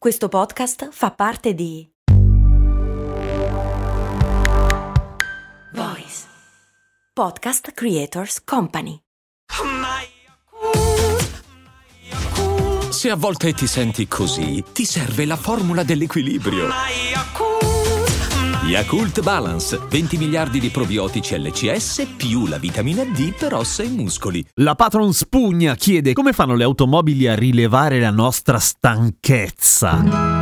Questo podcast fa parte di Voice Podcast Creators Company. Se a volte ti senti così, ti serve la formula dell'equilibrio. Yakult Balance, 20 miliardi di probiotici LCS più la vitamina D per ossa e muscoli. La patron Spugna chiede come fanno le automobili a rilevare la nostra stanchezza.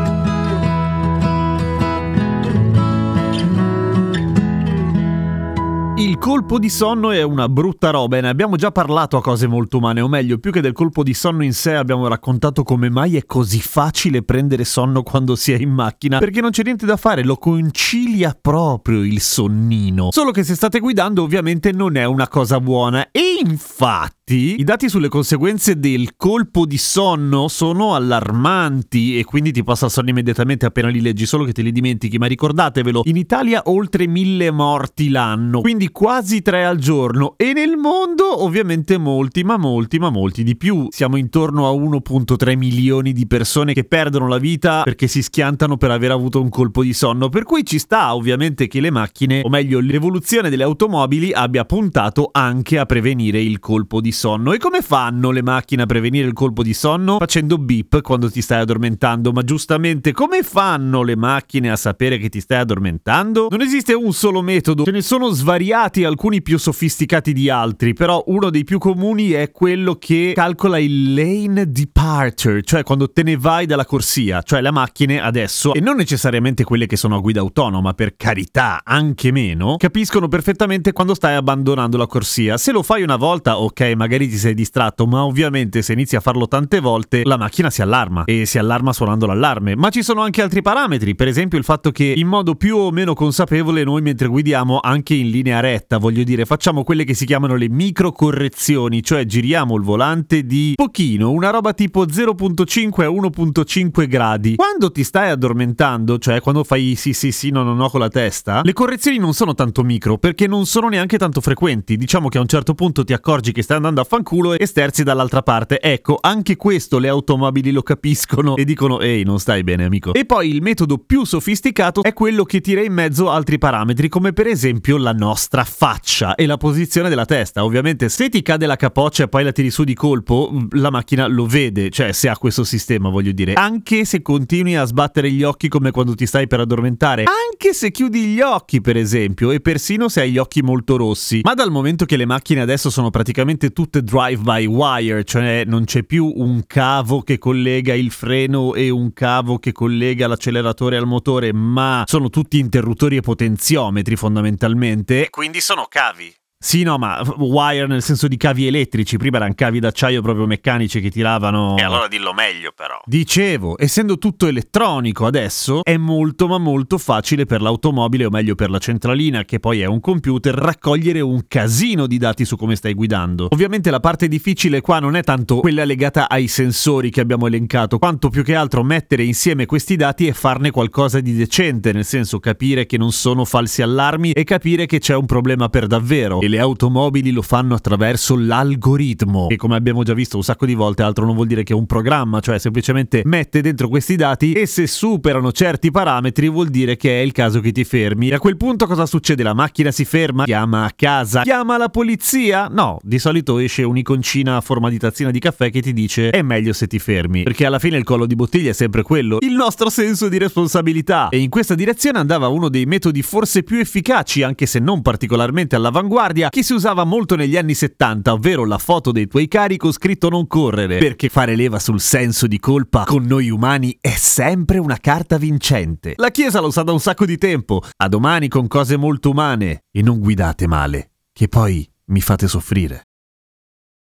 Il colpo di sonno è una brutta roba e ne abbiamo già parlato a Cose Molto Umane, o meglio, più che del colpo di sonno in sé abbiamo raccontato come mai è così facile prendere sonno quando si è in macchina, perché non c'è niente da fare, lo concilia proprio il sonnino. Solo che se state guidando ovviamente non è una cosa buona e infatti i dati sulle conseguenze del colpo di sonno sono allarmanti e quindi ti passa il sonno immediatamente appena li leggi, solo che te li dimentichi, ma ricordatevelo, in Italia oltre 1000 morti l'anno, quindi quasi 3 al giorno, e nel mondo ovviamente molti di più. Siamo intorno a 1,3 milioni di persone che perdono la vita perché si schiantano per aver avuto un colpo di sonno, per cui ci sta ovviamente che le macchine, o meglio l'evoluzione delle automobili, abbia puntato anche a prevenire il colpo di sonno. E come fanno le macchine a prevenire il colpo di sonno? Facendo beep quando ti stai addormentando. Ma giustamente, come fanno le macchine a sapere che ti stai addormentando? Non esiste un solo metodo, ce ne sono svariati, alcuni più sofisticati di altri, però uno dei più comuni è quello che calcola il lane departure, cioè quando te ne vai dalla corsia, cioè le macchine adesso, e non necessariamente quelle che sono a guida autonoma, per carità, anche meno, capiscono perfettamente quando stai abbandonando la corsia. Se lo fai una volta, ok, magari ti sei distratto, ma ovviamente se inizi a farlo tante volte la macchina si allarma, e si allarma suonando l'allarme. Ma ci sono anche altri parametri, per esempio il fatto che in modo più o meno consapevole noi mentre guidiamo anche in linea retta, voglio dire, facciamo quelle che si chiamano le microcorrezioni, cioè giriamo il volante di pochino, una roba tipo 0,5 a 1,5 gradi. Quando ti stai addormentando, cioè quando fai sì no con la testa, le correzioni non sono tanto micro perché non sono neanche tanto frequenti. Diciamo che a un certo punto ti accorgi che stai andando a fanculo e sterzi dall'altra parte. Ecco, anche questo le automobili lo capiscono e dicono ehi, non stai bene amico. E poi il metodo più sofisticato è quello che tira in mezzo altri parametri, come per esempio la nostra faccia e la posizione della testa. Ovviamente se ti cade la capoccia e poi la tiri su di colpo, la macchina lo vede, cioè se ha questo sistema, voglio dire, anche se continui a sbattere gli occhi come quando ti stai per addormentare, anche se chiudi gli occhi per esempio, e persino se hai gli occhi molto rossi. Ma dal momento che le macchine adesso sono praticamente tutte drive by wire, cioè non c'è più un cavo che collega il freno e un cavo che collega l'acceleratore al motore, ma sono tutti interruttori e potenziometri fondamentalmente, e quindi sono cavi. Sì, no, ma wire nel senso di cavi elettrici, prima erano cavi d'acciaio proprio meccanici che tiravano. E allora dillo meglio però. Dicevo, essendo tutto elettronico adesso, è molto ma molto facile per l'automobile, o meglio per la centralina, che poi è un computer, raccogliere un casino di dati su come stai guidando. Ovviamente la parte difficile qua non è tanto quella legata ai sensori che abbiamo elencato, quanto più che altro mettere insieme questi dati e farne qualcosa di decente, nel senso capire che non sono falsi allarmi e capire che c'è un problema per davvero. E le automobili lo fanno attraverso l'algoritmo, che come abbiamo già visto un sacco di volte altro non vuol dire che è un programma, cioè semplicemente mette dentro questi dati e se superano certi parametri vuol dire che è il caso che ti fermi. E a quel punto cosa succede? La macchina si ferma, chiama a casa, chiama la polizia? No, di solito esce un'iconcina a forma di tazzina di caffè che ti dice è meglio se ti fermi, perché alla fine il collo di bottiglia è sempre quello, il nostro senso di responsabilità. E in questa direzione andava uno dei metodi forse più efficaci, anche se non particolarmente all'avanguardia, che si usava molto negli anni 70, ovvero la foto dei tuoi cari con scritto non correre, perché fare leva sul senso di colpa con noi umani è sempre una carta vincente. La Chiesa lo sa da un sacco di tempo. A domani con Cose Molto Umane e non guidate male, che poi mi fate soffrire.